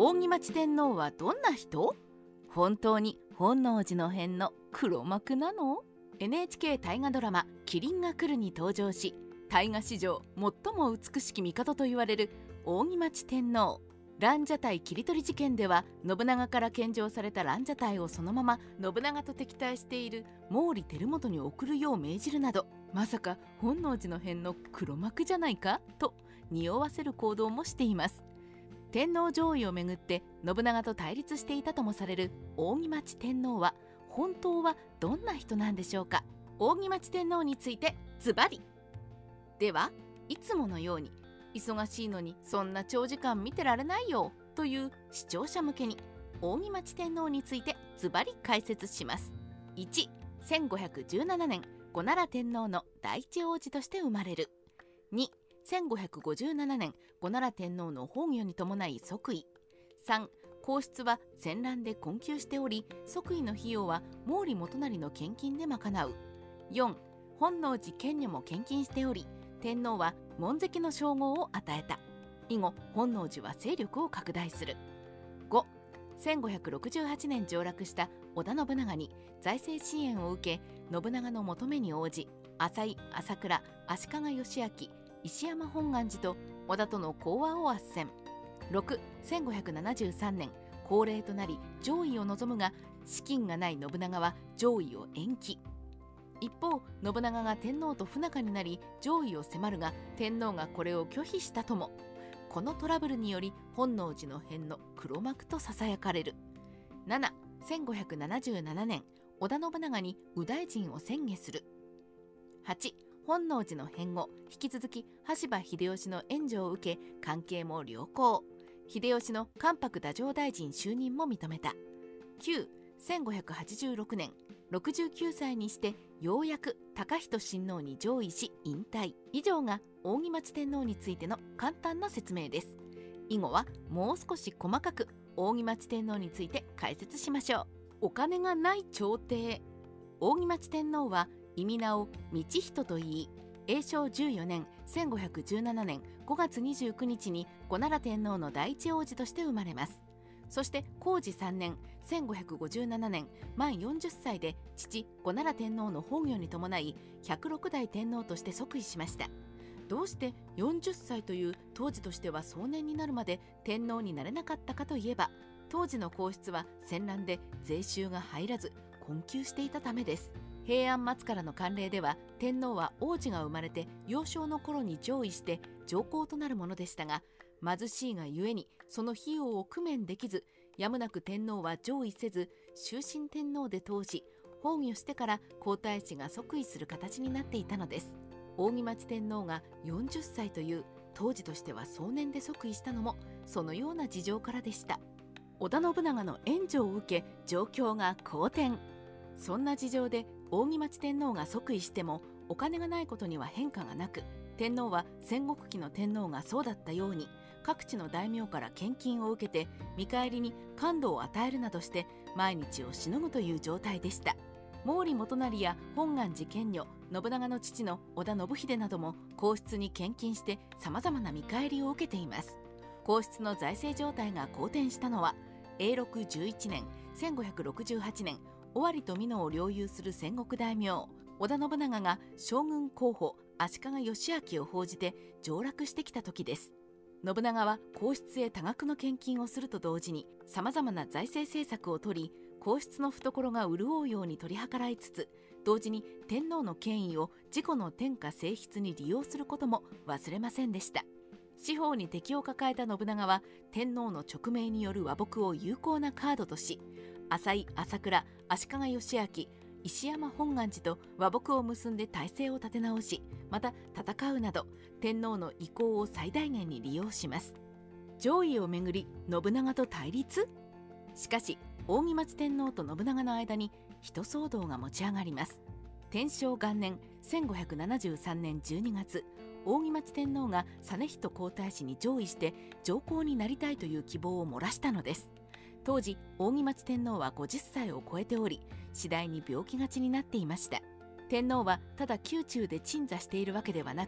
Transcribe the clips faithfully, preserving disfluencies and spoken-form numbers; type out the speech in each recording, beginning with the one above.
扇町天皇はどんな人？本当に本能寺の変の黒幕なの？ エヌエイチケー 大河ドラマ「麒麟が来る」に登場し、大河史上最も美しき帝と言われる扇町天皇。蘭奢待切り取り事件では信長から献上された蘭奢待をそのまま信長と敵対している毛利輝元に送るよう命じるなど、まさか本能寺の変の黒幕じゃないかと匂わせる行動もしています。天皇上位をめぐって信長と対立していたともされる扇町天皇は本当はどんな人なんでしょうか。扇町天皇についてズバリ。ではいつものように、忙しいのにそんな長時間見てられないよという視聴者向けに扇町天皇についてズバリ解説します。いち、せんごひゃくじゅうななねん後奈良天皇の第一王子として生まれる。に、せんごひゃくごじゅうななねん後奈良天皇の崩御に伴い即位。さん、皇室は戦乱で困窮しており、即位の費用は毛利元就の献金で賄う。よん、本能寺賢女も献金しており、天皇は門跡の称号を与えた。以後本能寺は勢力を拡大する。ご、せんごひゃくろくじゅうはちねん上洛した織田信長に財政支援を受け、信長の求めに応じ、浅井、朝倉、足利義昭、石山本願寺と織田との講和を斡旋。ろく、せんごひゃくななじゅうさんねん高齢となり上位を望むが、資金がない信長は上位を延期。一方、信長が天皇と不仲になり上位を迫るが、天皇がこれを拒否したとも。このトラブルにより本能寺の変の黒幕とささやかれる。なな、せんごひゃくななじゅうななねん織田信長に右大臣を宣下する。はち、本能寺の変後、引き続き羽柴秀吉の援助を受け関係も良好。秀吉の関白太政大臣就任も認めた。きゅう、せんごひゃくはちじゅうろくねんろくじゅうきゅうさいにしてようやく高仁親王に上位し引退。以上が扇町天皇についての簡単な説明です。以後はもう少し細かく扇町天皇について解説しましょう。お金がない朝廷。扇町天皇は意味名を道人といい、永正じゅうよねんせんごひゃくじゅうななねんごがつにじゅうくにちに後奈良天皇の第一王子として生まれます。そして弘治さんねんせんごひゃくごじゅうななねん満よんじゅっさいで父後奈良天皇の崩御に伴いひゃくろくだい天皇として即位しました。どうしてよんじゅっさいという当時としては壮年になるまで天皇になれなかったかといえば、当時の皇室は戦乱で税収が入らず困窮していたためです。平安末からの慣例では天皇は王子が生まれて幼少の頃に上位して上皇となるものでしたが、貧しいがゆえにその費用を工面できず、やむなく天皇は上位せず終身天皇で通し、崩御してから皇太子が即位する形になっていたのです。扇町天皇がよんじゅっさいという当時としては壮年で即位したのもそのような事情からでした。織田信長の援助を受け状況が好転。そんな事情で扇町天皇が即位してもお金がないことには変化がなく、天皇は戦国期の天皇がそうだったように各地の大名から献金を受けて見返りに官土を与えるなどして毎日をしのぐという状態でした。毛利元就や本願寺賢女、信長の父の織田信秀なども皇室に献金してさまざまな見返りを受けています。皇室の財政状態が好転したのは永禄じゅういちねんせんごひゃくろくじゅうはちねん尾張と美濃を領有する戦国大名織田信長が将軍候補足利義昭を報じて上洛してきた時です。信長は皇室へ多額の献金をすると同時にさまざまな財政政策を取り、皇室の懐が潤うように取り計らいつつ、同時に天皇の権威を自己の天下正筆に利用することも忘れませんでした。司法に敵を抱えた信長は天皇の勅命による和睦を有効なカードとし、浅井、朝倉、足利義昭、石山本願寺と和睦を結んで体制を立て直し、また戦うなど天皇の意向を最大限に利用します。上位をめぐり信長と対立。しかし扇町天皇と信長の間に一騒動が持ち上がります。天正元年せんごひゃくななじゅうさんねんじゅうにがつ、扇町天皇が実仁皇太子に上位して上皇になりたいという希望を漏らしたのです。当時扇町天皇はごじゅっさいを超えており、次第に病気がちになっていました。天皇はただ宮中で鎮座しているわけではなく、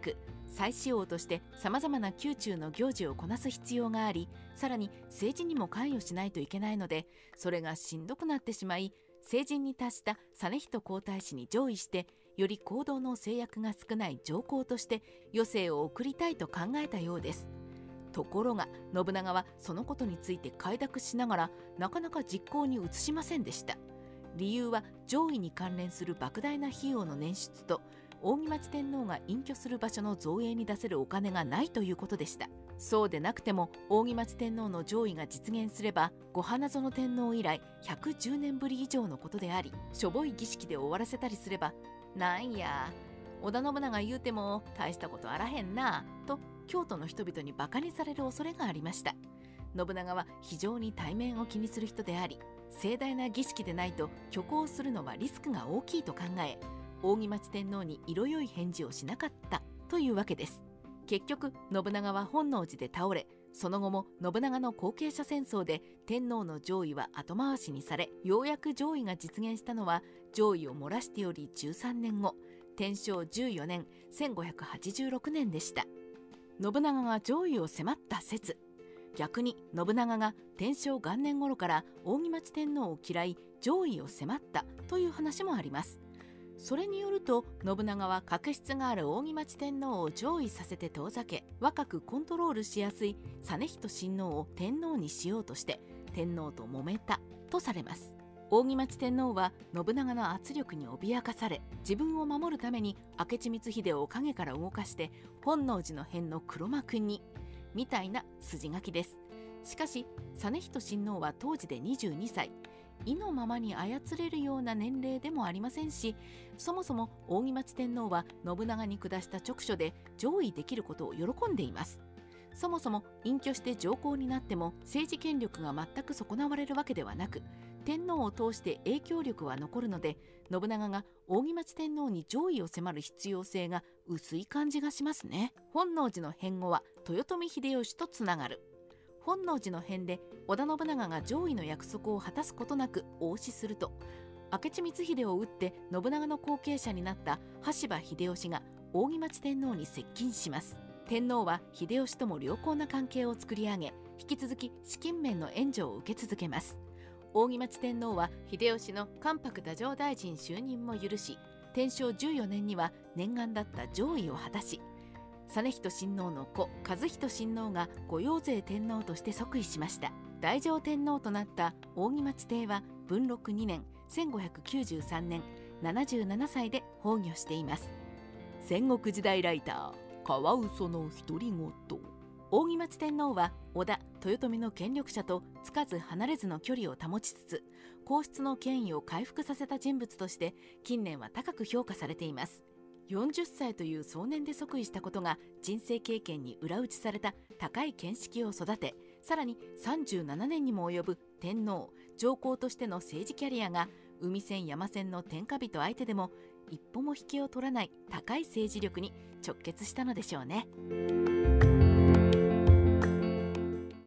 祭祀王としてさまざまな宮中の行事をこなす必要があり、さらに政治にも関与しないといけないので、それがしんどくなってしまい、成人に達した実仁皇太子に上位して、より行動の制約が少ない上皇として余生を送りたいと考えたようです。ところが信長はそのことについて快諾しながら、なかなか実行に移しませんでした。理由は上位に関連する莫大な費用の捻出と、扇町天皇が隠居する場所の造営に出せるお金がないということでした。そうでなくても扇町天皇の上位が実現すれば、後花園天皇以来ひゃくじゅうねんぶり以上のことであり、しょぼい儀式で終わらせたりすれば、なんや織田信長言うても大したことあらへんなと京都の人々にバカにされる恐れがありました。信長は非常に体面を気にする人であり、盛大な儀式でないと挙行するのはリスクが大きいと考え、扇町天皇に色よい返事をしなかったというわけです。結局信長は本能寺で倒れ、その後も信長の後継者戦争で天皇の上位は後回しにされ、ようやく上位が実現したのは上位を漏らしてよりじゅうさんねんご、天正じゅうよねんせんごひゃくはちじゅうろくねんでした。信長が上位を迫った説。逆に信長が天正元年頃から扇町天皇を嫌い上位を迫ったという話もあります。それによると信長は確執がある扇町天皇を上位させて遠ざけ、若くコントロールしやすい実仁親王を天皇にしようとして天皇と揉めたとされます。扇町天皇は信長の圧力に脅かされ、自分を守るために明智光秀を陰から動かして本能寺の変の黒幕にみたいな筋書きです。しかし実仁親王は当時でにじゅうにさい、意のままに操れるような年齢でもありませんし、そもそも扇町天皇は信長に下した直書で上位できることを喜んでいます。そもそも隠居して上皇になっても政治権力が全く損なわれるわけではなく、天皇を通して影響力は残るので、信長が扇町天皇に上位を迫る必要性が薄い感じがしますね。本能寺の変後は豊臣秀吉とつながる。本能寺の変で織田信長が上位の約束を果たすことなく応死すると、明智光秀を討って信長の後継者になった羽柴秀吉が扇町天皇に接近します。天皇は秀吉とも良好な関係を作り上げ、引き続き資金面の援助を受け続けます。扇町天皇は秀吉の関白太政大臣就任も許し、天正じゅうよねんには念願だった上位を果たし、実仁親王の子和仁親王が御用税天皇として即位しました。大乗天皇となった扇町帝は文禄にねんせんごひゃくきゅうじゅうさんねんななじゅうななさいで崩御しています。戦国時代ライターカワウソの独り言。扇町天皇は織田豊臣の権力者とつかず離れずの距離を保ちつつ、皇室の権威を回復させた人物として近年は高く評価されています。よんじゅっさいという壮年で即位したことが人生経験に裏打ちされた高い見識を育て、さらにさんじゅうななねんにも及ぶ天皇上皇としての政治キャリアが海戦山戦の天下人相手でも一歩も引けを取らない高い政治力に直結したのでしょうね。